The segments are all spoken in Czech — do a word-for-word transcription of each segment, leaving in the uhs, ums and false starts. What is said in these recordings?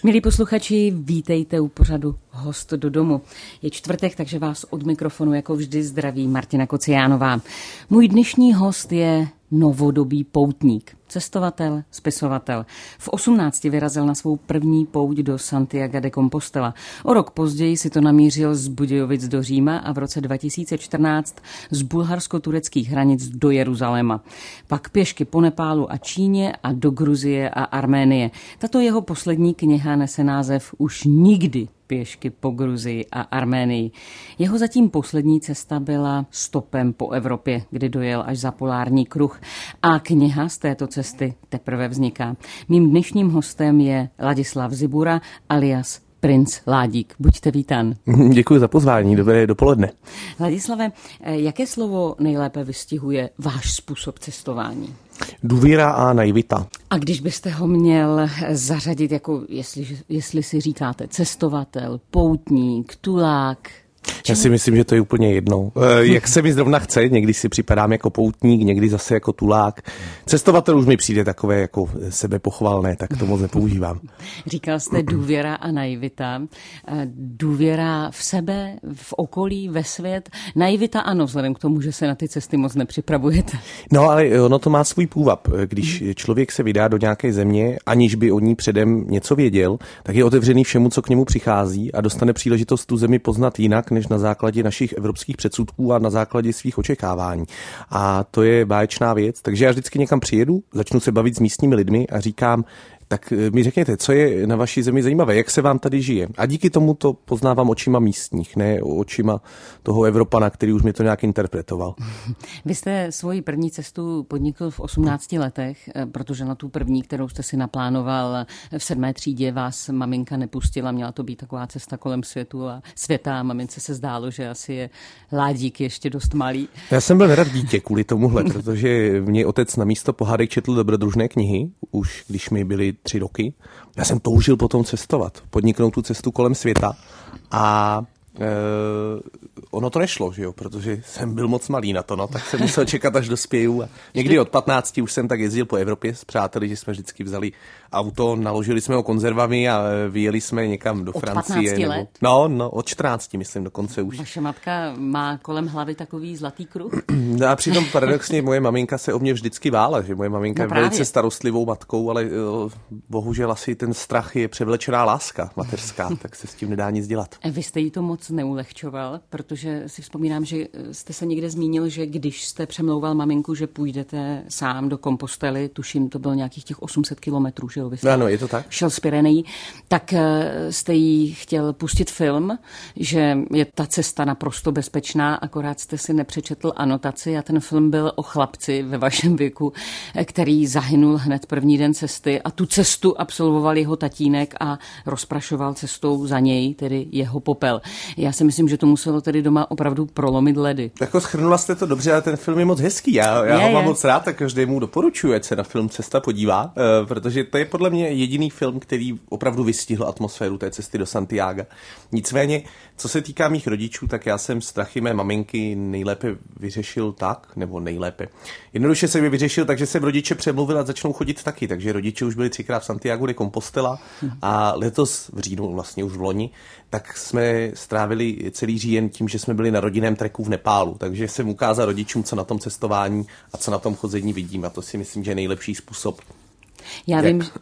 Milí posluchači, vítejte u pořadu Host do domu. Je čtvrtek, takže vás od mikrofonu jako vždy zdraví Martina Kociánová. Můj dnešní host je novodobý poutník, cestovatel, spisovatel. V osmnácti vyrazil na svou první pouť do Santiaga de Compostela. O rok později si to namířil z Budějovic do Říma a v roce dva tisíce čtrnáct z bulharsko-tureckých hranic do Jeruzaléma. Pak pěšky po Nepálu a Číně a do Gruzie a Arménie. Tato jeho poslední kniha nese název Už nikdy pěšky po Gruzii a Arménii. Jeho zatím poslední cesta byla stopem po Evropě, kdy dojel až za polární kruh. A kniha z této cesty teprve vzniká. Mým dnešním hostem je Ladislav Zibura alias Princ Ládík. Buďte vítán. Děkuji za pozvání, dobré dopoledne. Ladislave, jaké slovo nejlépe vystihuje váš způsob cestování? Důvěra a naivita. A když byste ho měl zařadit jako, jestli, jestli si říkáte cestovatel, poutník, tulák... Já si myslím, že to je úplně jedno. Jak se mi zrovna chce, někdy si připadám jako poutník, někdy zase jako tulák. Cestovatel už mi přijde takové jako sebepochvalné, tak to moc nepoužívám. Říkal jste důvěra a naivita. Důvěra v sebe, v okolí, ve svět. Naivita ano, vzhledem k tomu, že se na ty cesty moc nepřipravujete. No ale ono to má svůj půvab. Když člověk se vydá do nějaké země, aniž by o ní předem něco věděl, tak je otevřený všemu, co k němu přichází a dostane příležitost tu zemi poznat jinak, než na základě našich evropských předsudků a na základě svých očekávání. A to je báječná věc. Takže já vždycky někam přijedu, začnu se bavit s místními lidmi a říkám, tak mi řekněte, co je na vaší zemi zajímavé, jak se vám tady žije. A díky tomu to poznávám očima místních, ne očima toho Evropana, který už mi to nějak interpretoval. Vy jste svoji první cestu podnikl v osmnácti letech, protože na tu první, kterou jste si naplánoval v sedmé třídě, vás maminka nepustila. Měla to být taková cesta kolem světu a světa a mamince se zdálo, že asi je Ládík ještě dost malý. Já jsem byl nerad dítě kvůli tomuhle, protože mě otec na místo pohádek četl dobrodružné knihy, už když mi byly tři roky. Já jsem toužil potom cestovat, podniknout tu cestu kolem světa a e, ono to nešlo, že jo, protože jsem byl moc malý na to, no, tak jsem musel čekat, až dospěju. A někdy od patnácti už jsem tak jezdil po Evropě s přáteli, že jsme vždycky vzali auto, naložili jsme ho konzervami a vyjeli jsme někam do od Francie. patnácti let? Nebo, no, no, od čtrnácti myslím dokonce už. Vaše matka má kolem hlavy takový zlatý kruh? No a přitom paradoxně moje maminka se o mě vždycky vála, že moje maminka no je velice starostlivou matkou, ale uh, bohužel asi ten strach je převlečená láska mateřská, tak se s tím nedá nic dělat. Vy jste jí to moc neulehčoval, protože si vzpomínám, že jste se někde zmínil, že když jste přemlouval maminku, že půjdete sám do Kompostely, tuším, to bylo nějakých těch osm set kilometrů, že jo? Vy jste ano, je to tak. Šel z Pyrenejí, tak jste jí chtěl pustit film, že je ta cesta naprosto bezpečná, akorát jste si nepřečetl anotaci a ten film byl o chlapci ve vašem věku, který zahynul hned první den cesty a tu cestu absolvoval jeho tatínek a rozprašoval cestou za něj, tedy jeho popel. Já si myslím, že to muselo tedy doma opravdu prolomit ledy. Jako shrnula jste to dobře, ale ten film je moc hezký. Já, já je, ho mám je. moc rád, tak každému doporučuji, ať se na film Cesta podívá, protože to je podle mě jediný film, který opravdu vystihl atmosféru té cesty do Santiaga. Nicméně, co se týká mých rodičů, tak já jsem strachy mé maminky nejlépe vyřešil tak, nebo nejlépe. Jednoduše jsem je vyřešil, takže jsem rodiče přemluvil a začnou chodit taky, takže rodiče už byli třikrát v Santiagu de Compostela a letos v říjnu, vlastně už v loni, tak jsme strávili celý říjen tím, že jsme byli na rodinném treku v Nepálu, takže jsem ukázal rodičům, co na tom cestování a co na tom chození vidím a to si myslím, že je nejlepší způsob. Já Jak? vím,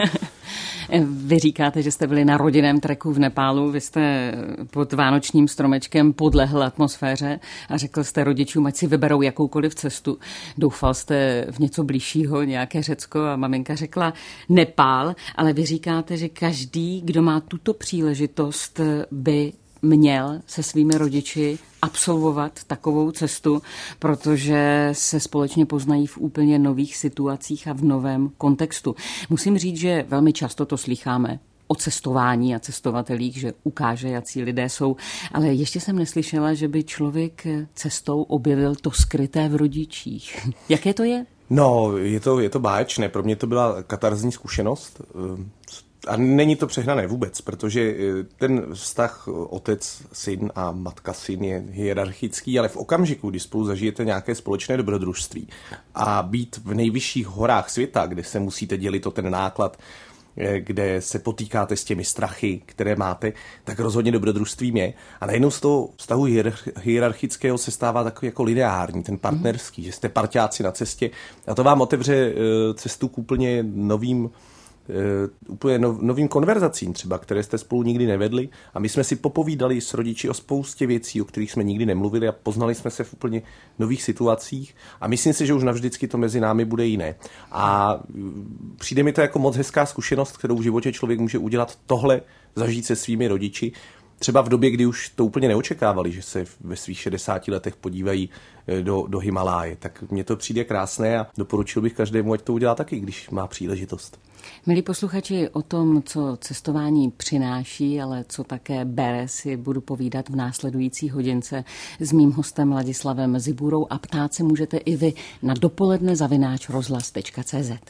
vy říkáte, že jste byli na rodinném treku v Nepálu, vy jste pod vánočním stromečkem podlehl atmosféře a řekl jste rodičům, ať si vyberou jakoukoliv cestu. Doufal jste v něco bližšího, nějaké Řecko a maminka řekla Nepál, ale vy říkáte, že každý, kdo má tuto příležitost, by měl se svými rodiči absolvovat takovou cestu, protože se společně poznají v úplně nových situacích a v novém kontextu. Musím říct, že velmi často to slýcháme o cestování a cestovatelích, že ukáže, jací lidé jsou, ale ještě jsem neslyšela, že by člověk cestou objevil to skryté v rodičích. Jaké to je? No, je to, je to báječné. Pro mě to byla katarzní zkušenost. A není to přehnané vůbec, protože ten vztah otec, syn a matka, syn je hierarchický, ale v okamžiku, kdy spolu zažijete nějaké společné dobrodružství a být v nejvyšších horách světa, kde se musíte dělit o ten náklad, kde se potýkáte s těmi strachy, které máte, tak rozhodně dobrodružstvím je. A najednou z toho vztahu hierarchického se stává takový jako lineární, ten partnerský, mm. že jste parťáci na cestě a to vám otevře cestu k úplně novým Uh, úplně nov, novým konverzacím třeba, které jste spolu nikdy nevedli a my jsme si popovídali s rodiči o spoustě věcí, o kterých jsme nikdy nemluvili a poznali jsme se v úplně nových situacích a myslím si, že už navždycky to mezi námi bude jiné. A přijde mi to jako moc hezká zkušenost, kterou v životě člověk může udělat, tohle zažít se svými rodiči, třeba v době, kdy už to úplně neočekávali, že se ve svých šedesáti letech podívají do, do Himaláje. Tak mně to přijde krásné a doporučil bych každému, ať to udělá taky, když má příležitost. Milí posluchači, o tom, co cestování přináší, ale co také bere, si budu povídat v následující hodince s mým hostem Ladislavem Ziburou a ptát se můžete i vy na dopoledne zavináč rozhlas tečka cé zet.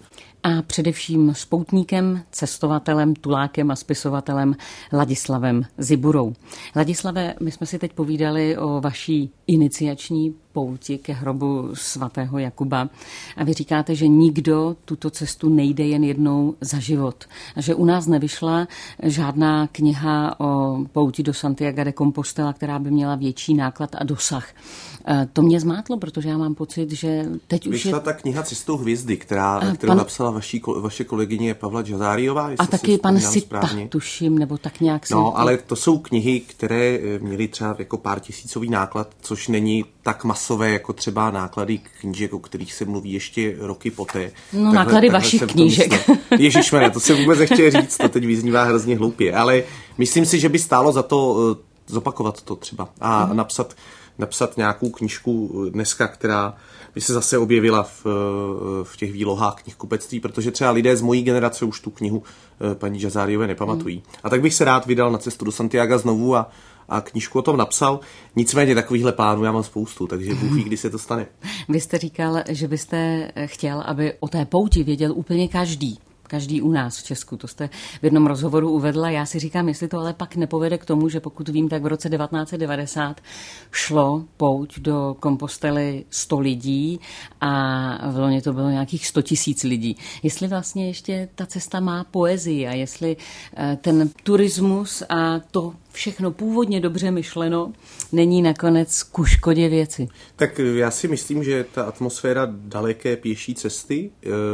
A především s poutníkem, cestovatelem, tulákem a spisovatelem Ladislavem Ziburou. Ladislave, my jsme si teď povídali o vaší iniciační pouti ke hrobu svatého Jakuba a vy říkáte, že nikdo tuto cestu nejde jen jednou za život. A že u nás nevyšla žádná kniha o pouti do Santiago de Compostela, která by měla větší náklad a dosah. To mě zmátlo, protože já mám pocit, že teď už vyšla je... ta kniha Cestou hvězdy, která, a kterou pan... napsala vaší, vaše kolegyně Pavla Džazáriová. A taky pan Sipa, tuším, nebo tak nějak si... No, ale to jsou knihy, které měly třeba jako pár tisícový náklad, což není tak masové jako třeba náklady knížek, o kterých se mluví ještě roky poté. No, takhle, náklady takhle vašich knížek. Ježišmane, to se vůbec nechtěl říct, to teď vyznívá hrozně hloupě, ale myslím si, že by stálo za to uh, zopakovat to třeba a mm. napsat, napsat nějakou knížku dneska, která by se zase objevila v, v těch výlohách knihkupectví, protože třeba lidé z mojí generace už tu knihu paní Džazáriové nepamatují. Mm. A tak bych se rád vydal na cestu do Santiaga znovu a a knížku o tom napsal. Nicméně takovýchhle plánů já mám spoustu, takže Bůh ví, kdy se to stane. Vy jste říkal, že byste chtěl, aby o té pouti věděl úplně každý. Každý u nás v Česku, to jste v jednom rozhovoru uvedla. Já si říkám, jestli to ale pak nepovede k tomu, že pokud vím, tak v roce devatenáct set devadesát šlo pouť do Kompostely sto lidí a v loni to bylo nějakých sto tisíc lidí. Jestli vlastně ještě ta cesta má poezii a jestli ten turismus a to všechno původně dobře myšleno není nakonec ku škodě věci. Tak já si myslím, že ta atmosféra daleké pěší cesty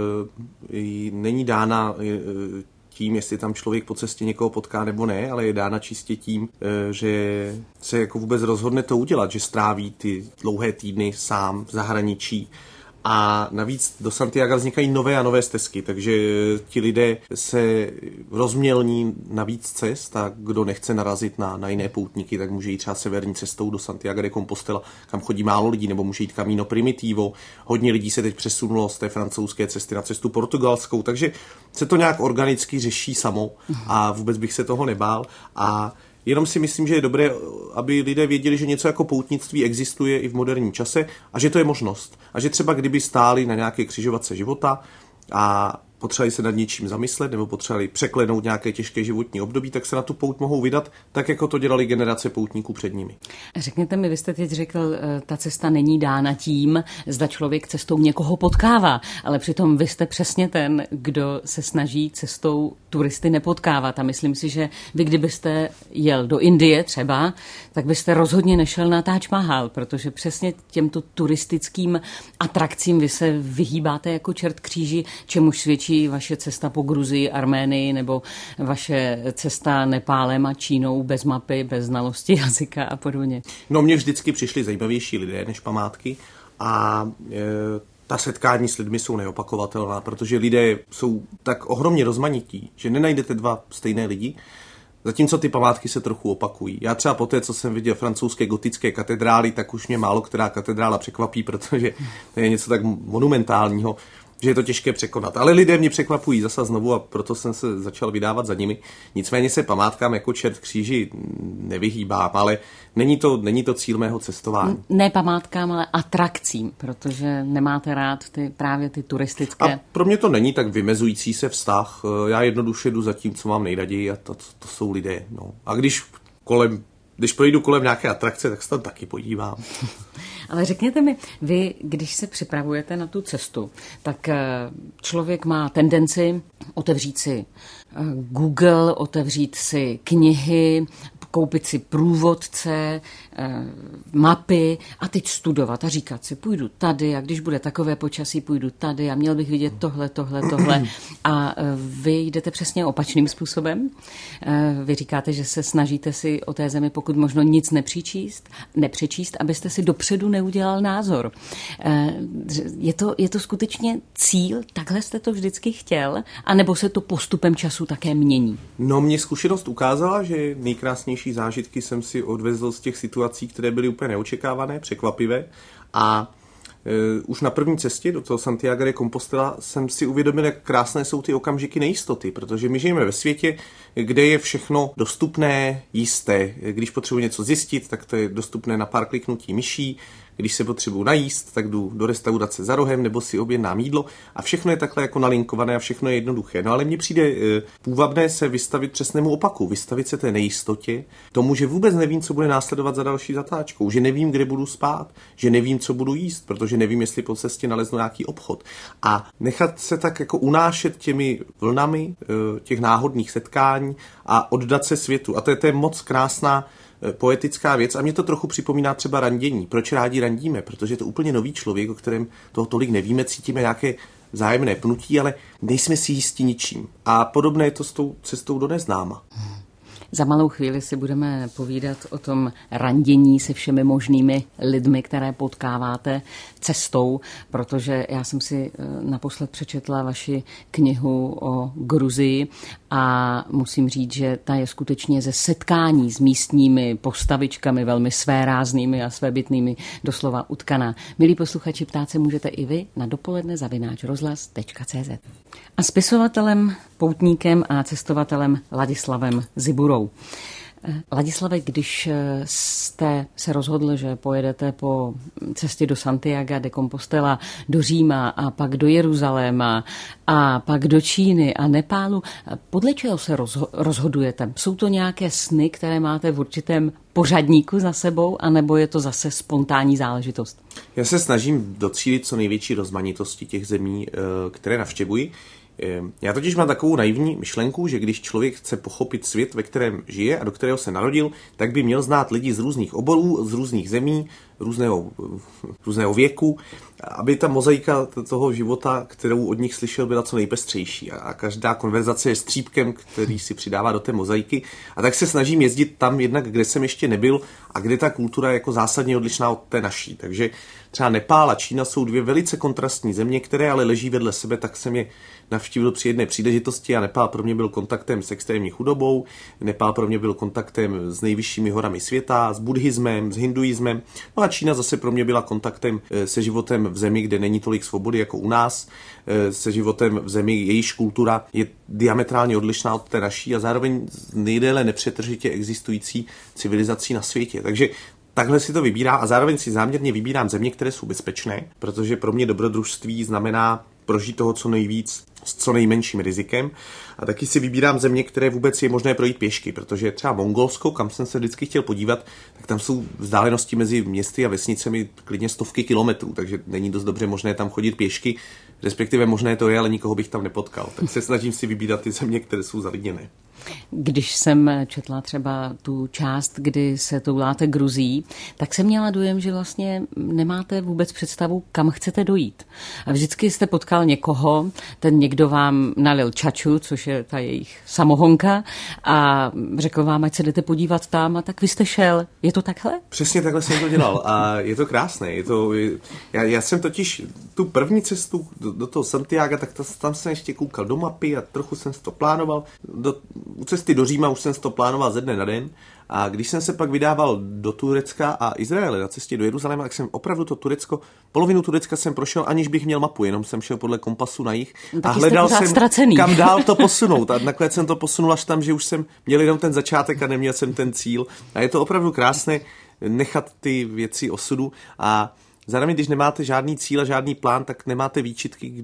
e, není dána e, tím, jestli tam člověk po cestě někoho potká nebo ne, ale je dána čistě tím, e, že se jako vůbec rozhodne to udělat, že stráví ty dlouhé týdny sám v zahraničí. A navíc do Santiaga vznikají nové a nové stezky, takže ti lidé se rozmělní na víc cest a kdo nechce narazit na, na jiné poutníky, tak může jít třeba severní cestou do Santiago de Compostela, kam chodí málo lidí, nebo může jít Camino Primitivo. Hodně lidí se teď přesunulo z té francouzské cesty na cestu portugalskou, takže se to nějak organicky řeší samo a vůbec bych se toho nebál. A jenom si myslím, že je dobré, aby lidé věděli, že něco jako poutnictví existuje i v moderním čase a že to je možnost. A že třeba kdyby stáli na nějaké křižovatce života a potřebovali se nad něčím zamyslet nebo potřebovali překlenout nějaké těžké životní období, tak se na tu pout mohou vydat, tak jako to dělali generace poutníků před nimi. Řekněte mi, vy jste teď řekl, ta cesta není dána tím, zda člověk cestou někoho potkává, ale přitom vy jste přesně ten, kdo se snaží cestou turisty nepotkávat. A myslím si, že vy kdybyste jel do Indie třeba, tak byste rozhodně nešel na Taj Mahal, protože přesně těmto turistickým atrakcím vy se vyhýbáte jako čert kříži, čemuž svědčí vaše cesta po Gruzii, Arménii nebo vaše cesta Nepálem a Čínou bez mapy, bez znalosti jazyka a podobně. No, mně vždycky přišli zajímavější lidé než památky a e, ta setkání s lidmi jsou neopakovatelná, protože lidé jsou tak ohromně rozmanití, že nenajdete dva stejné lidi, zatímco ty památky se trochu opakují. Já třeba po té, co jsem viděl francouzské gotické katedrály, tak už mě málo která katedrála překvapí, protože to je něco tak monumentálního, že je to těžké překonat. Ale lidé mě překvapují zase znovu a proto jsem se začal vydávat za nimi. Nicméně se památkám jako čert kříži nevyhýbám, ale není to, není to cíl mého cestování. Ne památkám, ale atrakcím, protože nemáte rád ty, právě ty turistické. A pro mě to není tak vymezující se vztah. Já jednoduše jdu za tím, co mám nejraději a to, to jsou lidé. No. A když kolem když projdu kolem nějaké atrakce, tak se tam taky podívám. Ale řekněte mi, vy, když se připravujete na tu cestu, tak člověk má tendenci otevřít si Google, otevřít si knihy, koupit si průvodce, mapy a teď studovat a říkat si, půjdu tady a když bude takové počasí, půjdu tady a měl bych vidět tohle, tohle, tohle. A vy jdete přesně opačným způsobem. Vy říkáte, že se snažíte si o té zemi pokud možno nic nepřičíst, nepřečíst, abyste si dopředu neudělal názor. Je to, je to skutečně cíl? Takhle jste to vždycky chtěl? A nebo se to postupem času také mění? No, mě zkušenost ukázala, že nejkrásnější zážitky jsem si odvezl z těch situací, které byly úplně neočekávané, překvapivé a e, už na první cestě do toho Santiago de Compostela jsem si uvědomil, jak krásné jsou ty okamžiky nejistoty, protože my žijeme ve světě, kde je všechno dostupné, jisté. Když potřebuji něco zjistit, tak to je dostupné na pár kliknutí myší. Když se potřebuji najíst, tak jdu do restaurace za rohem nebo si objednám jídlo a všechno je takhle jako nalinkované a všechno je jednoduché. No ale mně přijde e, půvabné se vystavit přesnému opaku, vystavit se té nejistotě, tomu, že vůbec nevím, co bude následovat za další zatáčkou, že nevím, kde budu spát, že nevím, co budu jíst, protože nevím, jestli po cestě naleznu nějaký obchod. A nechat se tak jako unášet těmi vlnami e, těch náhodných setkání a oddat se světu. A to je, to je moc krásná poetická věc a mě to trochu připomíná třeba randění. Proč rádi randíme? Protože je to úplně nový člověk, o kterém toho tolik nevíme, cítíme nějaké vzájemné pnutí, ale nejsme si jistí ničím. A podobné je to s tou cestou do neznáma. Za malou chvíli si budeme povídat o tom randění se všemi možnými lidmi, které potkáváte cestou, protože já jsem si naposled přečetla vaši knihu o Gruzii a musím říct, že ta je skutečně ze setkání s místními postavičkami, velmi svéráznými a svébytnými doslova utkaná. Milí posluchači, ptát se můžete i vy na dopoledne zavináč rozhlas tečka cé zet. A spisovatelem, poutníkem a cestovatelem Ladislavem Ziburou. Ladislave, když jste se rozhodl, že pojedete po cestě do Santiaga de Compostela, do Říma a pak do Jeruzaléma a pak do Číny a Nepálu, podle čeho se rozho- rozhodujete? Jsou to nějaké sny, které máte v určitém pořadníku za sebou, anebo je to zase spontánní záležitost? Já se snažím docílit co největší rozmanitosti těch zemí, které navštěvuji. Já totiž mám takovou naivní myšlenku, že když člověk chce pochopit svět, ve kterém žije a do kterého se narodil, tak by měl znát lidi z různých oborů, z různých zemí, různého, různého věku, aby ta mozaika toho života, kterou od nich slyšel, byla co nejpestřejší. A každá konverzace je střípkem, který si přidává do té mozaiky. A tak se snažím jezdit tam jednak, kde jsem ještě nebyl a kde ta kultura je jako zásadně odlišná od té naší. Takže třeba Nepál a Čína jsou dvě velice kontrastní země, které ale leží vedle sebe, tak jsem je navštívil při jedné příležitosti a Nepál pro mě byl kontaktem s extrémní chudobou, Nepál pro mě byl kontaktem s nejvyššími horami světa, s buddhismem, s hinduismem, no a Čína zase pro mě byla kontaktem se životem v zemi, kde není tolik svobody jako u nás, se životem v zemi, jejíž kultura je diametrálně odlišná od té naší a zároveň nejdéle nepřetržitě existující civilizací na světě. Takže takhle si to vybírám a zároveň si záměrně vybírám země, které jsou bezpečné, protože pro mě dobrodružství znamená prožít toho co nejvíc s co nejmenším rizikem. A taky si vybírám země, které vůbec je možné projít pěšky, protože třeba Mongolsko, kam jsem se vždycky chtěl podívat, tak tam jsou vzdálenosti mezi městy a vesnicemi klidně stovky kilometrů, takže není dost dobře možné tam chodit pěšky, respektive možné to je, ale nikoho bych tam nepotkal. Tak se snažím si vybírat ty země, které jsou zalidněné. Když jsem četla třeba tu část, kdy se touláte Gruzií, tak jsem měla dojem, že vlastně nemáte vůbec představu, kam chcete dojít. A vždycky jste potkal někoho, ten někdo vám nalil čaču, což je ta jejich samohonka, a řekl vám, ať se jdete podívat tam, a tak vy jste šel. Je to takhle? Přesně takhle jsem to dělal a je to krásné. Je to, já, já jsem totiž tu první cestu do, do toho Santiaga, tak to, tam jsem ještě koukal do mapy a trochu jsem si to plánoval. Do, u cesty do Říma už jsem si to plánoval ze dne na den a když jsem se pak vydával do Turecka a Izraele na cestě do Jeruzaléma, tak jsem opravdu to Turecko, polovinu Turecka jsem prošel, aniž bych měl mapu, jenom jsem šel podle kompasu na jih a hledal jsem, ztracený. Kam dál to posunout. A nakonec jsem to posunul až tam, že už jsem měl jenom ten začátek a neměl jsem ten cíl. A je to opravdu krásné nechat ty věci osudu a zároveň, když nemáte žádný cíl a žádný plán, tak nemáte výčitky, když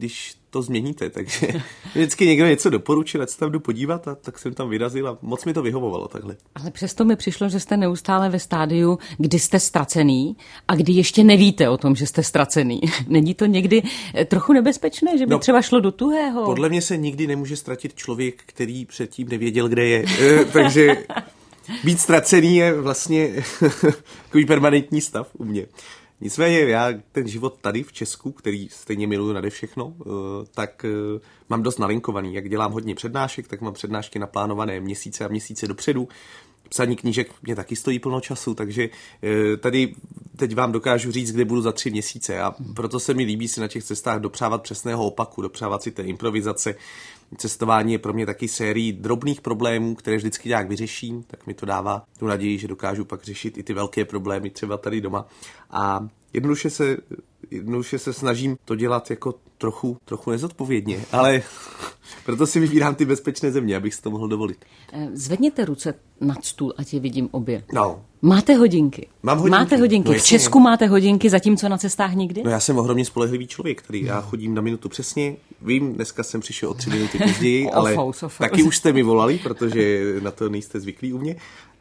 to změníte. Takže vždycky někdo něco doporučil, ať se tam jdu podívat a tak jsem tam vyrazil a moc mi to vyhovovalo takhle. Ale přesto mi přišlo, že jste neustále ve stádiu, kdy jste ztracený a kdy ještě nevíte o tom, že jste ztracený. Není to někdy trochu nebezpečné, že by no, třeba šlo do tuhého? Podle mě se nikdy nemůže ztratit člověk, který předtím nevěděl, kde je. Takže být ztracený je vlastně takový permanentní stav u mě. Nicméně já ten život tady v Česku, který stejně miluju nade všechno, tak mám dost nalinkovaný. Jak dělám hodně přednášek, tak mám přednášky naplánované měsíce a měsíce dopředu. Psaní knížek mě taky stojí plno času, takže tady teď vám dokážu říct, kde budu za tři měsíce a proto se mi líbí si na těch cestách dopřávat přesného opaku, dopřávat si té improvizace. Cestování je pro mě taky sérii drobných problémů, které vždycky nějak vyřeším, tak mi to dává tu naději, že dokážu pak řešit i ty velké problémy třeba tady doma. A jednoduše se, jednoduše se snažím to dělat jako trochu, trochu nezodpovědně, ale proto si vybírám ty bezpečné země, abych si to mohl dovolit. Zvedněte ruce nad stůl, ať je vidím obě. No. Máte hodinky? Mám hodinky. Máte hodinky. No, v Česku máte hodinky, zatímco na cestách nikdy? No já jsem ohromně spolehlivý člověk, který já chodím na minutu přesně. Vím, dneska jsem přišel o tři minuty později, ale taky už jste mi volali, protože na to nejste zvyklí u mě.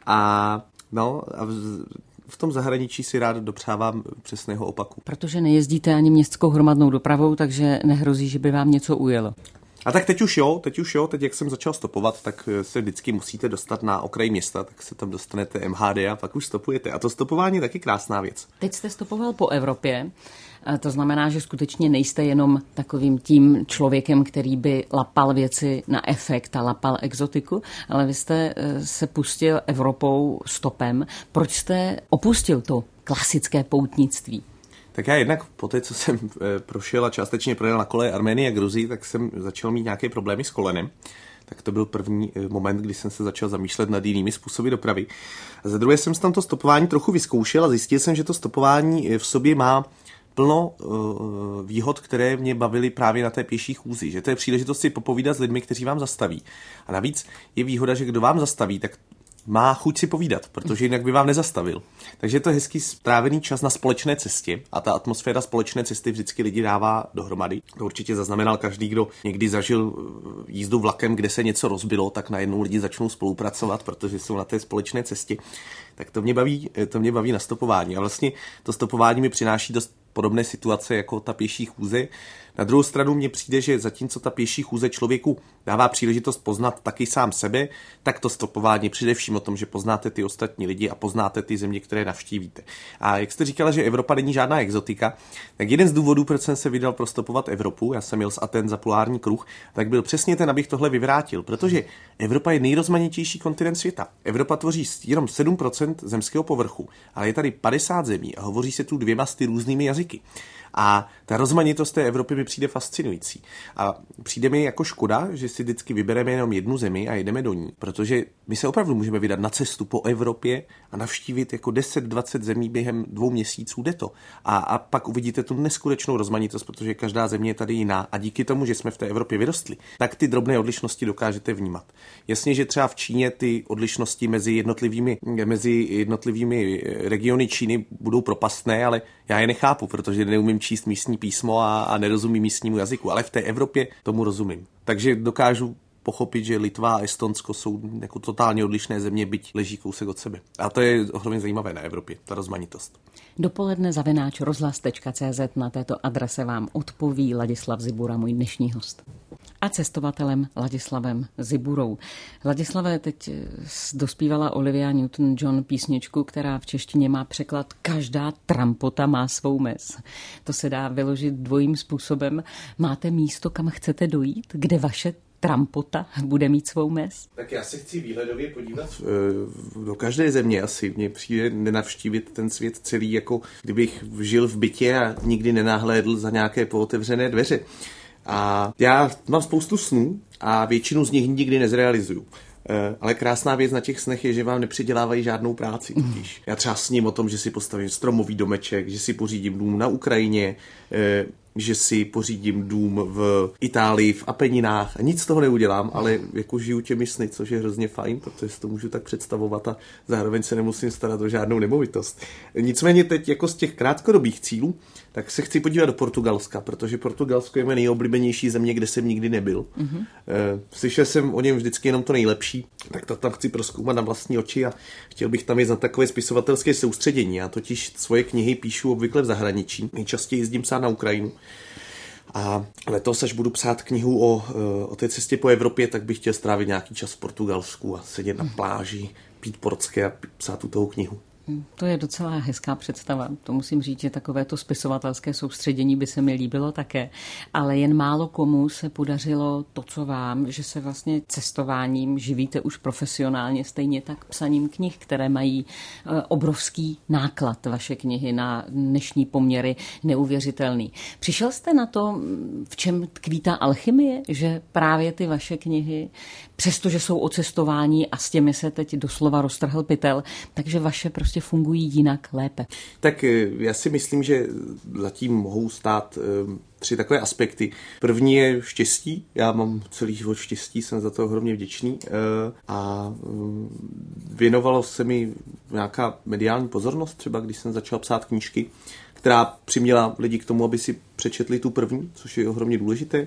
A no, a v, v tom zahraničí si rád dopřávám přesného opaku. Protože nejezdíte ani městskou hromadnou dopravou, takže nehrozí, že by vám něco ujelo. A tak teď už jo, teď už jo, teď jak jsem začal stopovat, tak se vždycky musíte dostat na okraj města, tak se tam dostanete M H D a pak už stopujete. A to stopování je taky krásná věc. Teď jste stopoval po Evropě, to znamená, že skutečně nejste jenom takovým tím člověkem, který by lapal věci na efekt a lapal exotiku, ale vy jste se pustil Evropou stopem. Proč jste opustil to klasické poutnictví? Tak já jednak po té, co jsem prošel a částečně projel na kole Arménie a Gruzii, tak jsem začal mít nějaké problémy s kolenem. Tak to byl první moment, kdy jsem se začal zamýšlet nad jinými způsoby dopravy. A za druhé jsem tam to stopování trochu vyzkoušel a zjistil jsem, že to stopování v sobě má plno uh, výhod, které mě bavily právě na té pěší chůzi. Že to je příležitost si popovídat s lidmi, kteří vám zastaví. A navíc je výhoda, že kdo vám zastaví, tak má chuť si povídat, protože jinak by vám nezastavil. Takže je to hezký strávený čas na společné cestě a ta atmosféra společné cesty vždycky lidi dává dohromady. To určitě zaznamenal každý, kdo někdy zažil jízdu vlakem, kde se něco rozbilo, tak najednou lidi začnou spolupracovat, protože jsou na té společné cestě. Tak to mě baví, to mě baví na stopování. A vlastně to stopování mi přináší dost podobné situace jako ta pěší chůze. Na druhou stranu mně přijde, že zatímco ta pěší chůze člověku dává příležitost poznat taky sám sebe, tak to stopování především o tom, že poznáte ty ostatní lidi a poznáte ty země, které navštívíte. A jak jste říkala, že Evropa není žádná exotika, tak jeden z důvodů, proč jsem se vydal prostopovat Evropu, já jsem jel z Aten za polární kruh, tak byl přesně ten, abych tohle vyvrátil, protože Evropa je nejrozmanitější kontinent světa. Evropa tvoří jenom sedm procent zemského povrchu, ale je tady padesát zemí a hovoří se tu dvěma sty různými jazyky. A ta rozmanitost té Evropy mi přijde fascinující. A přijde mi jako škoda, že si vždycky vybereme jenom jednu zemi a jedeme do ní. Protože my se opravdu můžeme vydat na cestu po Evropě a navštívit jako deset dvacet zemí během dvou měsíců, jde to. A, a pak uvidíte tu neskutečnou rozmanitost, protože každá země je tady jiná. A díky tomu, že jsme v té Evropě vyrostli, tak ty drobné odlišnosti dokážete vnímat. Jasně, že třeba v Číně ty odlišnosti mezi jednotlivými, mezi jednotlivými regiony Číny budou propastné, ale já je nechápu, protože neumím číst místní písmo a, a nerozumím místnímu jazyku, ale v té Evropě tomu rozumím. Takže dokážu pochopit, že Litva a Estonsko jsou jako totálně odlišné země, byť leží kousek od sebe. A to je ohromně zajímavé na Evropě, ta rozmanitost. Dopoledne zavináč rozhlas tečka cé zet, na této adrese vám odpoví Ladislav Zibura, můj dnešní host. A cestovatelem Ladislavem Ziburou. Ladislave, teď dospívala Olivia Newton-John písničku, která v češtině má překlad Každá trampota má svou mez. To se dá vyložit dvojím způsobem. Máte místo, kam chcete dojít, kde vaše trampota bude mít svou mez? Tak já se chci výhledově podívat do každé země asi. Mně přijde nenavštívit ten svět celý, jako kdybych žil v bytě a nikdy nenahlédl za nějaké pootevřené dveře. A já mám spoustu snů a většinu z nich nikdy nezrealizuju. Ale krásná věc na těch snech je, že vám nepřidělávají žádnou práci. Totiž. Já třeba sním o tom, že si postavím stromový domeček, že si pořídím dům na Ukrajině, že si pořídím dům v Itálii, v Apeninách a nic z toho neudělám, ale jako žiju těmi sny, což je hrozně fajn, protože si to můžu tak představovat a zároveň se nemusím starat o žádnou nemovitost. Nicméně teď jako z těch krátkodobých cílů, tak se chci podívat do Portugalska, protože Portugalsko je moje nejoblíbenější země, kde jsem nikdy nebyl. Mm-hmm. Slyšel jsem o něm vždycky jenom to nejlepší, tak to tam chci prozkoumat na vlastní oči a chtěl bych tam jít na takové spisovatelské soustředění. Já totiž svoje knihy píšu obvykle v zahraničí, nejčastěji jezdím psát na Ukrajinu. A letos, až budu psát knihu o, o té cestě po Evropě, tak bych chtěl strávit nějaký čas v Portugalsku a sedět na pláži, pít portské a psát tu toho knihu. To je docela hezká představa. To musím říct, že takovéto spisovatelské soustředění by se mi líbilo také. Ale jen málo komu se podařilo to, co vám, že se vlastně cestováním živíte už profesionálně, stejně tak psaním knih, které mají obrovský náklad, vaše knihy na dnešní poměry neuvěřitelný. Přišel jste na to, v čem tkví ta alchymie, že právě ty vaše knihy, přestože jsou o cestování a s těmi se teď doslova roztrhl pytel, takže vaše prostě fungují jinak, lépe. Tak já si myslím, že zatím mohou stát tři takové aspekty. První je štěstí. Já mám celý život štěstí, jsem za to ohromně vděčný a věnovalo se mi nějaká mediální pozornost, třeba když jsem začal psát knížky, která přiměla lidi k tomu, aby si přečetli tu první, což je ohromně důležité.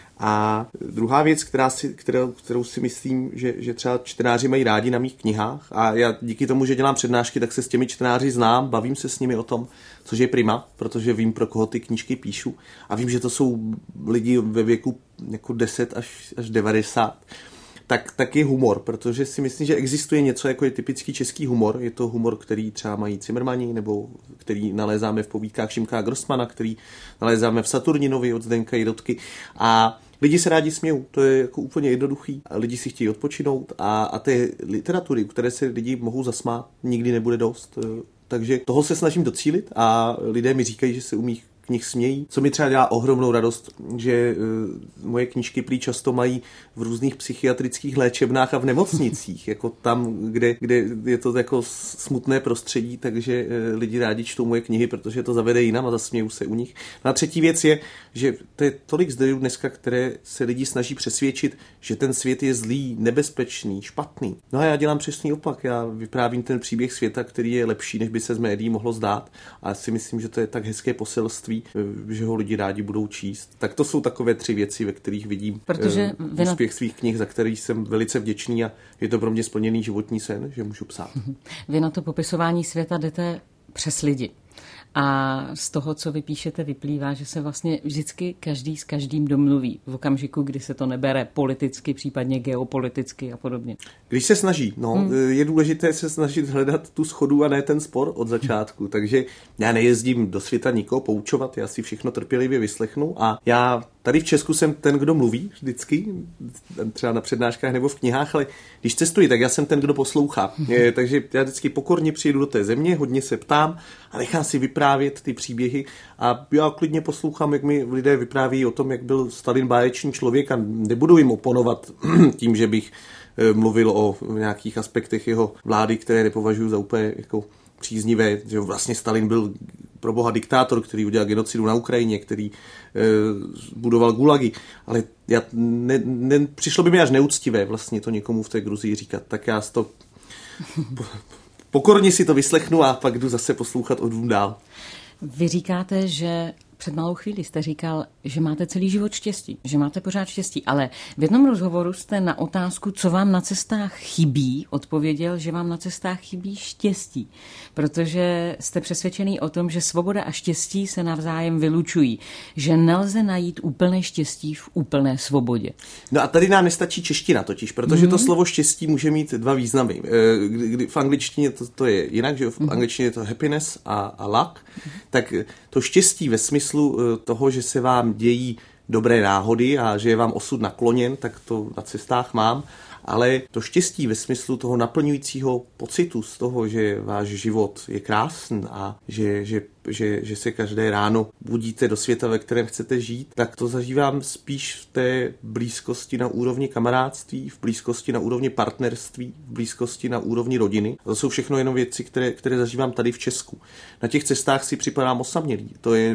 A druhá věc, která si, kterou, kterou si myslím, že, že třeba čtenáři mají rádi na mých knihách a já díky tomu, že dělám přednášky, tak se s těmi čtenáři znám, bavím se s nimi o tom, což je prima, protože vím, pro koho ty knížky píšu a vím, že to jsou lidi ve věku jako deset až, až devadesát. Tak, tak je humor, protože si myslím, že existuje něco, jako je typický český humor. Je to humor, který třeba mají Cimrmani, nebo který nalézáme v povídkách Šimka Grossmana, který nalézáme v Saturninovi od Zdenka Jirotky. A lidi se rádi smějou, to je jako úplně jednoduchý. Lidi si chtějí odpočinout a, a té literatury, u které se lidi mohou zasmát, nikdy nebude dost. Takže toho se snažím docílit a lidé mi říkají, že se umí knih smějí. Co mi třeba dělá ohromnou radost, že uh, moje knížky prý často mají v různých psychiatrických léčebnách a v nemocnicích, jako tam, kde, kde je to jako smutné prostředí, takže uh, lidi rádi čtou moje knihy, protože to zavede jinam a zasmějou se u nich. No a třetí věc je, že to je tolik zdrojů dneska, které se lidi snaží přesvědčit, že ten svět je zlý, nebezpečný, špatný. No a já dělám přesný opak. Já vyprávím ten příběh světa, který je lepší, než by se z médií mohlo zdát. A já si myslím, že to je tak hezké poselství, že ho lidi rádi budou číst. Tak to jsou takové tři věci, ve kterých vidím Protože uh, úspěch na... svých knih, za který jsem velice vděčný a je to pro mě splněný životní sen, že můžu psát. Vy na to popisování světa jdete přes lidi. A z toho, co vy píšete, vyplývá, že se vlastně vždycky každý s každým domluví v okamžiku, kdy se to nebere politicky, případně geopoliticky a podobně. Když se snaží, no, hmm. je důležité se snažit hledat tu shodu a ne ten spor od začátku. Takže já nejezdím do světa nikoho poučovat, já si všechno trpělivě vyslechnu a já tady v Česku jsem ten, kdo mluví vždycky, třeba na přednáškách nebo v knihách, ale když cestuji, tak já jsem ten, kdo poslouchá. Je, takže já vždycky pokorně přijdu do té země, hodně se ptám a nechám si vyprávět ty příběhy a já klidně poslouchám, jak mi lidé vypráví o tom, jak byl Stalin báječný člověk a nebudu jim oponovat tím, že bych mluvil o nějakých aspektech jeho vlády, které nepovažuji za úplně jako příznivé, že vlastně Stalin byl pro boha diktátor, který udělal genocidu na Ukrajině, který e, budoval gulagy, ale já ne, ne, přišlo by mi až neúctivé vlastně to někomu v té Gruzii říkat, tak já to po, pokorně si to vyslechnu a pak jdu zase poslouchat o dům dál. Vy říkáte, že před malou chvíli jste říkal, že máte celý život štěstí, že máte pořád štěstí, ale v jednom rozhovoru jste na otázku, co vám na cestách chybí, odpověděl, že vám na cestách chybí štěstí, protože jste přesvědčený o tom, že svoboda a štěstí se navzájem vylučují, že nelze najít úplné štěstí v úplné svobodě. No a tady nám nestačí čeština totiž, protože mm. to slovo štěstí může mít dva významy. Kdy, kdy v angličtině to, to je jinak, že v angličtině je to happiness a, a luck, mm. tak to štěstí ve smyslu toho, že se vám dějí dobré náhody a že je vám osud nakloněn, tak to na cestách mám, ale to štěstí ve smyslu toho naplňujícího pocitu z toho, že váš život je krásný a že, že že, že se každé ráno budíte do světa, ve kterém chcete žít, tak to zažívám spíš v té blízkosti na úrovni kamarádství, v blízkosti na úrovni partnerství, v blízkosti na úrovni rodiny. To jsou všechno jenom věci, které, které zažívám tady v Česku. Na těch cestách si připadám osamělý. To je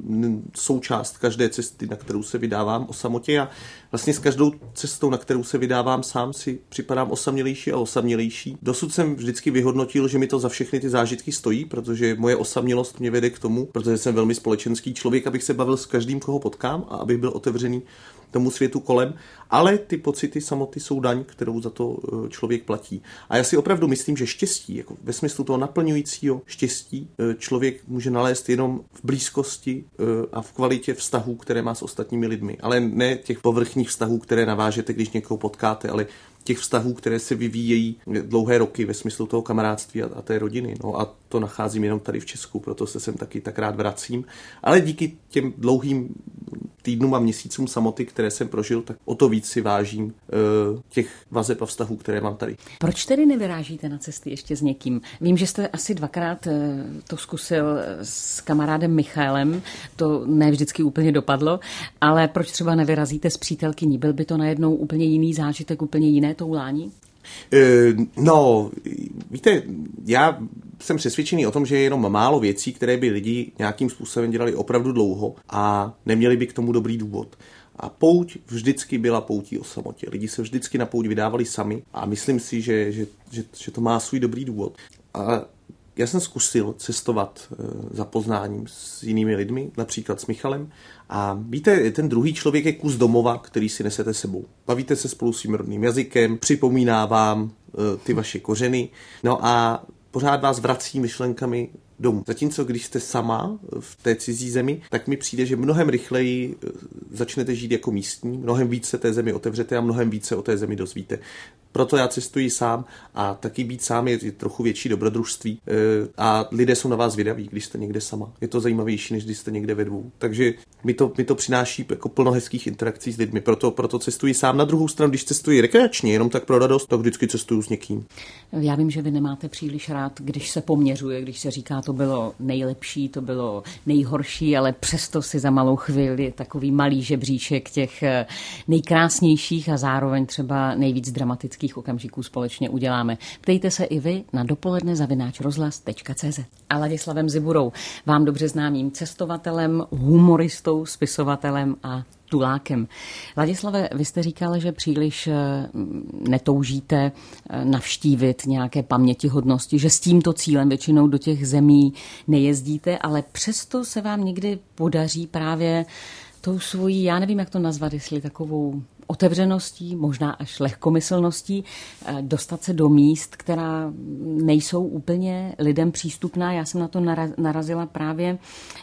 součást každé cesty, na kterou se vydávám o samotě a vlastně s každou cestou, na kterou se vydávám sám, si připadám osamělejší a osamělejší. Dosud jsem vždycky vyhodnotil, že mi to za všechny ty zážitky stojí, protože moje osamělost mě vede k tomu, protože jsem velmi společenský člověk, abych se bavil s každým, koho potkám a abych byl otevřený tomu světu kolem, ale ty pocity samoty jsou daň, kterou za to člověk platí. A já si opravdu myslím, že štěstí, jako ve smyslu toho naplňujícího štěstí, člověk může nalézt jenom v blízkosti a v kvalitě vztahů, které má s ostatními lidmi. Ale ne těch povrchních vztahů, které navážete, když někoho potkáte, ale těch vztahů, které se vyvíjejí dlouhé roky ve smyslu toho kamarádství a, a té rodiny. No a to nacházím jenom tady v Česku, proto se sem taky tak rád vracím. Ale díky těm dlouhým týdnům a měsícům samoty, které jsem prožil, tak o to víc si vážím uh, těch vazeb a vztahů, které mám tady. Proč tedy nevyrážíte na cesty ještě s někým? Vím, že jste asi dvakrát uh, to zkusil s kamarádem Michaelem, to ne vždycky úplně dopadlo, ale proč třeba nevyrazíte s přítelkyní? Byl by to najednou úplně jiný zážitek, úplně jiné toulání? Uh, no, víte, já jsem přesvědčený o tom, že je jenom málo věcí, které by lidi nějakým způsobem dělali opravdu dlouho a neměli by k tomu dobrý důvod. A pouť vždycky byla poutí o samotě. Lidi se vždycky na pouť vydávali sami a myslím si, že, že, že, že to má svůj dobrý důvod. A já jsem zkusil cestovat za poznáním s jinými lidmi, například s Michalem. A víte, ten druhý člověk je kus domova, který si nesete sebou. Bavíte se spolu svým rodným jazykem, připomíná vám ty vaše kořeny, no a pořád vás vrací myšlenkami domů. Zatímco když jste sama v té cizí zemi, tak mi přijde, že mnohem rychleji začnete žít jako místní, mnohem více té zemi otevřete a mnohem více o té zemi dozvíte. Proto já cestuji sám a taky být sám je trochu větší dobrodružství a lidé jsou na vás vědaví, když jste někde sama. Je to zajímavější, než když jste někde ve dvou. Takže mi to, mi to přináší jako plno hezkých interakcí s lidmi. Proto, proto cestuji sám. Na druhou stranu, když cestuji rekreačně, jenom tak pro radost, tak vždycky cestuju s někým. Já vím, že vy nemáte příliš rád, když se poměřuje, když se říká, to bylo nejlepší, to bylo nejhorší, ale přesto si za malou chvíli takový malý žebříček těch nejkrásnějších a zároveň třeba nejvíc dramatických okamžiků společně uděláme. Ptejte se i vy na dopoledne zavináč rozhlas tečka cé zet. A Ladislavem Ziburou, vám dobře známým cestovatelem, humoristou, spisovatelem a tulákem. Ladislave, vy jste říkal, že příliš netoužíte navštívit nějaké pamětihodnosti, že s tímto cílem většinou do těch zemí nejezdíte, ale přesto se vám někdy podaří právě tou svojí, já nevím, jak to nazvat, jestli takovou otevřeností, možná až lehkomyslností, dostat se do míst, která nejsou úplně lidem přístupná. Já jsem na to narazila právě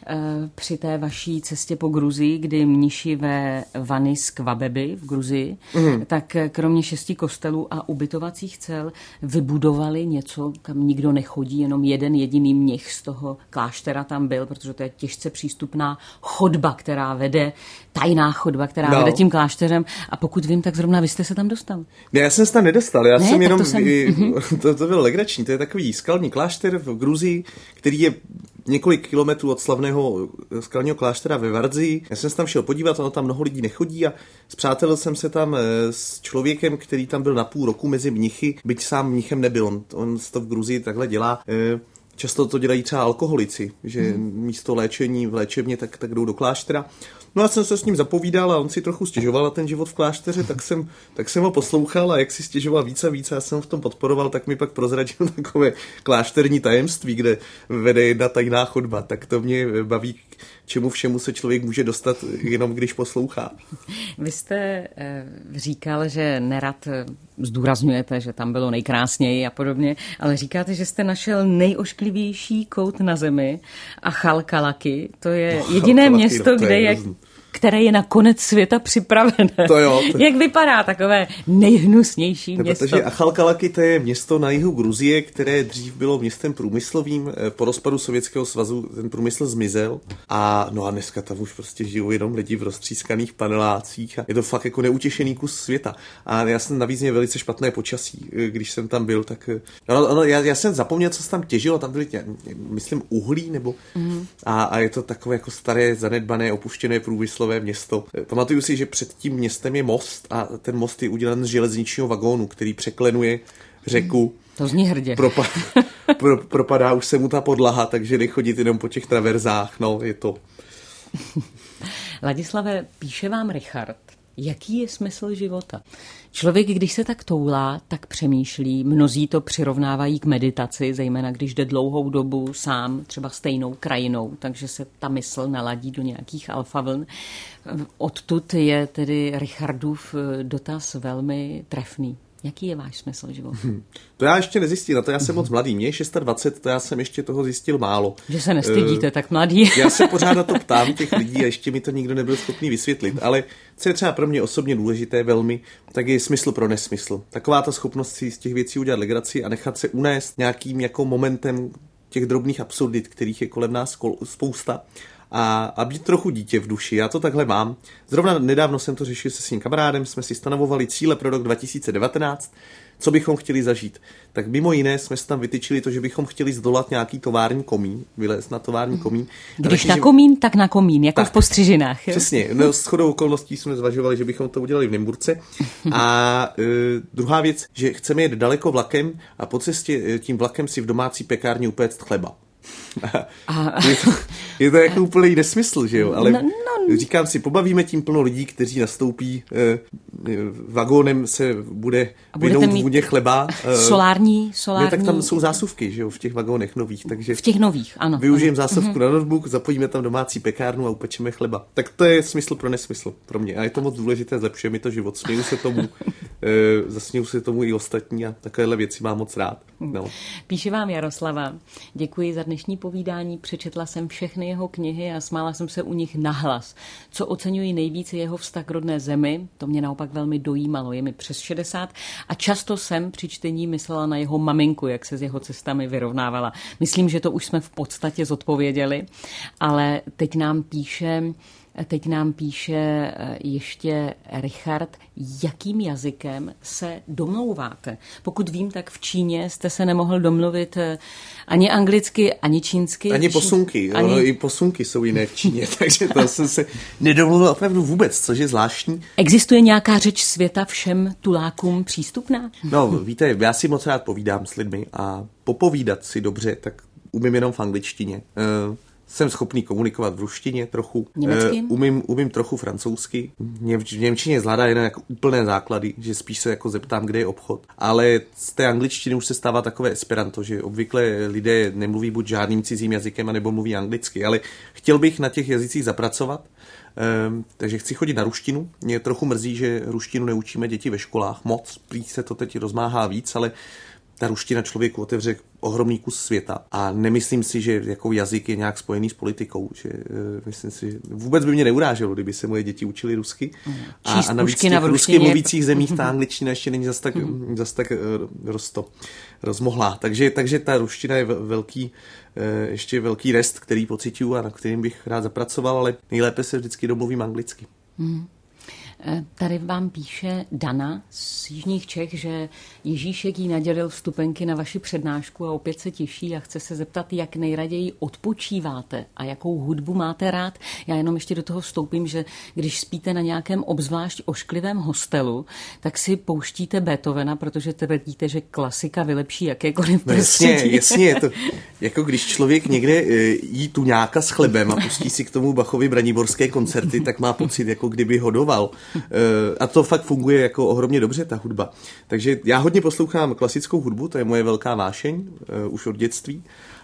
při té vaší cestě po Gruzii, kdy mniši ve Vanis Kvabeby v Gruzii, mm. tak kromě šesti kostelů a ubytovacích cel vybudovali něco, kam nikdo nechodí, jenom jeden jediný mnich z toho kláštera tam byl, protože to je těžce přístupná chodba, která vede, tajná chodba, která no. vede tím klášterem. A pokud vím, tak zrovna vy jste se tam dostal. Ne, já jsem se tam nedostal, já ne, jsem jenom, to, jsem... to, to bylo legrační, to je takový skalní klášter v Gruzii, který je několik kilometrů od slavného skalního kláštera ve Vardzi. Já jsem se tam šel podívat, ono tam mnoho lidí nechodí a spřátelil jsem se tam s člověkem, který tam byl na půl roku mezi mnichy, byť sám mnichem nebyl, on, on to v Gruzii takhle dělá. Často to dělají třeba alkoholici, že hmm. místo léčení v léčebně tak, tak jdou do kláštera. No já jsem se s ním zapovídal a on si trochu stěžoval na ten život v klášteře, tak jsem, tak jsem ho poslouchal a jak si stěžoval více a více, já jsem ho v tom podporoval, tak mi pak prozradil takové klášterní tajemství, kde vede jedna tajná chodba. Tak to mě baví, k čemu všemu se člověk může dostat, jenom když poslouchá. Vy jste říkal, že nerad zdůrazňujete, že tam bylo nejkrásněji a podobně, ale říkáte, že jste našel nejošklivější kout na zemi a Chalkalaky, to je no, jediné Chalkalaky, město, no, kde je které je na konec světa připravené. To jo. To... Jak vypadá takové nejhnusnější město? Protože Achalkalaki to je město na jihu Gruzie, které dřív bylo městem průmyslovým. Po rozpadu Sovětského svazu ten průmysl zmizel. A no a dneska tam už prostě žijou jenom lidi v roztřískaných panelácích a je to fakt jako neutěšený kus světa. A já jsem navíc mě velice špatné počasí, když jsem tam byl, tak no, no, já, já jsem zapomněl, co se tam těžilo, tam byly tě, myslím uhlí nebo mm. a, a je to takové jako staré, zanedbané, opuštěné průmyslové město. Pamatuju si, že před tím městem je most a ten most je udělan z železničního vagónu, který překlenuje řeku. To zní hrdě. Propa, pro, propadá už se mu ta podlaha, takže nechodit jenom po těch traverzách, no je to. Ladislave, píše vám Richard, jaký je smysl života? Člověk, když se tak toulá, tak přemýšlí. Mnozí to přirovnávají k meditaci, zejména když jde dlouhou dobu sám, třeba stejnou krajinou, takže se ta mysl naladí do nějakých alfavln. Odtud je tedy Richardův dotaz velmi trefný. Jaký je váš smysl života? Hmm. To já ještě nezjistil, na to já jsem moc mladý. Mně je dvacet šest, to já jsem ještě toho zjistil málo. Že se nestydíte, uh, tak mladý. Já se pořád na to ptám těch lidí a ještě mi to nikdo nebyl schopný vysvětlit. Ale co je třeba pro mě osobně důležité velmi, tak je smysl pro nesmysl. Taková ta schopnost si z těch věcí udělat legraci a nechat se unést nějakým jako momentem těch drobných absurdit, kterých je kolem nás spousta. A, a být trochu dítě v duši. Já to takhle mám. Zrovna nedávno jsem to řešil se svým kamarádem, jsme si stanovovali cíle pro rok dva tisíce devatenáct, co bychom chtěli zažít. Tak mimo jiné jsme si tam vytyčili to, že bychom chtěli zdolat nějaký tovární komín, vylézt na tovární komín. Když taky, na že... komín, tak na komín, jako tak, v Postřižinách. Jo? Přesně. No, shodou okolností jsme zvažovali, že bychom to udělali v Nymburce. A e, druhá věc, že chceme jet daleko vlakem a po cestě tím vlakem si v domácí pekárně upéct chleba. A... Je, to, je to jako úplný nesmysl, že jo? Ale no, no. Říkám si, pobavíme tím plno lidí, kteří nastoupí eh, vagónem se bude vynout vůně chleba. Eh, solární, solární. Ne, tak tam jsou zásuvky, že jo, v těch vagónech nových. Takže v těch nových, ano. Využijeme zásuvku mm-hmm. na notebook, zapojíme tam domácí pekárnu a upečeme chleba. Tak to je smysl pro nesmysl pro mě. A je to moc důležité, zlepšuje mi to život. Směju se tomu, eh, zasměju se tomu i ostatní a takovéhle věci mám moc rád. No. Píše vám Jaroslava. Děkuji za dnešní povídání. Přečetla jsem všechny jeho knihy a smála jsem se u nich nahlas. Co oceňuji nejvíce jeho vztah k rodné zemi, to mě naopak velmi dojímalo. Je mi přes šedesát a často jsem při čtení myslela na jeho maminku, jak se s jeho cestami vyrovnávala. Myslím, že to už jsme v podstatě zodpověděli, ale teď nám píše... Teď nám píše ještě Richard, jakým jazykem se domlouváte. Pokud vím, tak v Číně jste se nemohl domluvit ani anglicky, ani čínsky. Ani posunky. Ani... Ono, i posunky jsou jiné v Číně, takže to jsem se nedomluvil opravdu vůbec, což je zvláštní. Existuje nějaká řeč světa všem tulákům přístupná? No, víte, já si moc rád povídám s lidmi a popovídat si dobře, tak umím jenom v angličtině. Uh, Jsem schopný komunikovat v ruštině trochu. Německy? Uh, umím, umím trochu francouzsky. Něm, v němčině zvládá jenom jako úplné základy, že spíš se jako zeptám, kde je obchod. Ale z té angličtiny už se stává takové esperanto, že obvykle lidé nemluví buď žádným cizím jazykem, anebo mluví anglicky. Ale chtěl bych na těch jazycích zapracovat. Um, takže chci chodit na ruštinu. Mě trochu mrzí, že ruštinu neučíme děti ve školách moc. Prý se to teď rozmáhá víc, ale ta ruština člověku otevře ohromný kus světa a nemyslím si, že jako jazyk je nějak spojený s politikou, že uh, myslím si, že vůbec by mě neuráželo, kdyby se moje děti učili rusky a, a navíc v těch rusky mluvících zemích ta angličtina ještě není zas tak, zas tak uh, rosto, rozmohlá. Takže, takže ta ruština je velký, uh, ještě velký rest, který pociťuju a na kterým bych rád zapracoval, ale nejlépe se vždycky domluvím anglicky. Mm. Tady vám píše Dana z Jižních Čech, že Ježíšek jí nadělil vstupenky na vaši přednášku a opět se těší a chce se zeptat, jak nejraději odpočíváte a jakou hudbu máte rád. Já jenom ještě do toho vstoupím, že když spíte na nějakém obzvlášť ošklivém hostelu, tak si pouštíte Beethovena, protože tvrdíte, že klasika vylepší jakékoliv prostředí. Jasně, jasně, je to jako když člověk někde jí tuňáka s chlebem a pustí si k tomu Bachovi braniborské koncerty, tak má pocit, jako kdyby hodoval. A to fakt funguje jako ohromně dobře, ta hudba. Takže já hodně poslouchám klasickou hudbu, to je moje velká vášeň, už od dětství.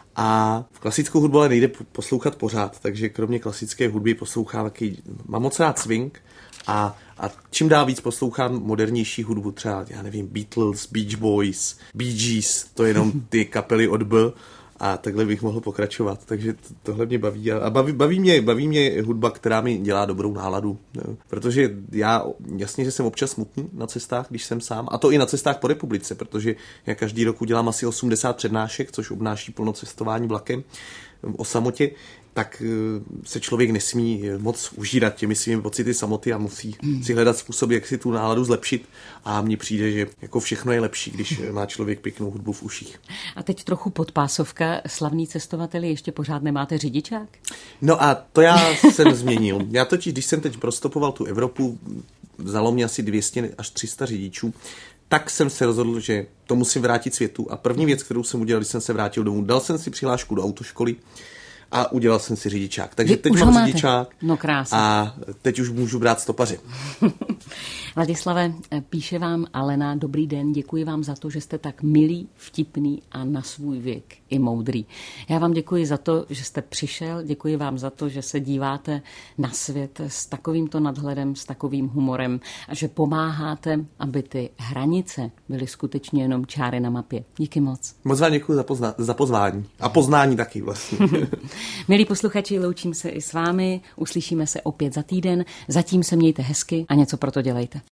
A v klasickou hudbu ale nejde poslouchat pořád, takže kromě klasické hudby poslouchám taky, mám moc rád swing a, a čím dál víc poslouchám modernější hudbu, třeba, já nevím, Beatles, Beach Boys, Bee Gees, to jenom ty kapely od B. A takhle bych mohl pokračovat. Takže to, tohle mě baví. A baví, baví, mě, baví mě hudba, která mi dělá dobrou náladu. No. Protože já, jasně, že jsem občas smutný na cestách, když jsem sám. A to i na cestách po republice, protože já každý rok udělám asi osmdesát přednášek, což obnáší plno cestování vlakem o samotě. Tak se člověk nesmí moc užírat těmi svými pocity samoty a musí mm. si hledat způsob, jak si tu náladu zlepšit. A mně přijde, že jako všechno je lepší, když má člověk pěknou hudbu v uších. A teď trochu podpásovka. Slavný cestovateli, ještě pořád nemáte řidičák? No a to já jsem změnil. Já totiž, když jsem teď prostopoval tu Evropu, vzalo mě asi dvě stě až tři sta řidičů, tak jsem se rozhodl, že to musím vrátit světu. A první věc, kterou jsem udělal, když jsem se vrátil domů, dal jsem si přihlášku do autoškoly a udělal jsem si řidičák. Takže Vy teď mám řidičák no, krásně. A teď už můžu brát stopaři. Ladislave, píše vám Alena, dobrý den, děkuji vám za to, že jste tak milý, vtipný a na svůj věk i moudrý. Já vám děkuji za to, že jste přišel, děkuji vám za to, že se díváte na svět s takovýmto nadhledem, s takovým humorem a že pomáháte, aby ty hranice byly skutečně jenom čáry na mapě. Díky moc. Moc vám děkuji za, pozna- za pozvání. A poznání taky vlastně. Milí posluchači, loučím se i s vámi, uslyšíme se opět za týden, zatím se mějte hezky a něco pro to dělejte.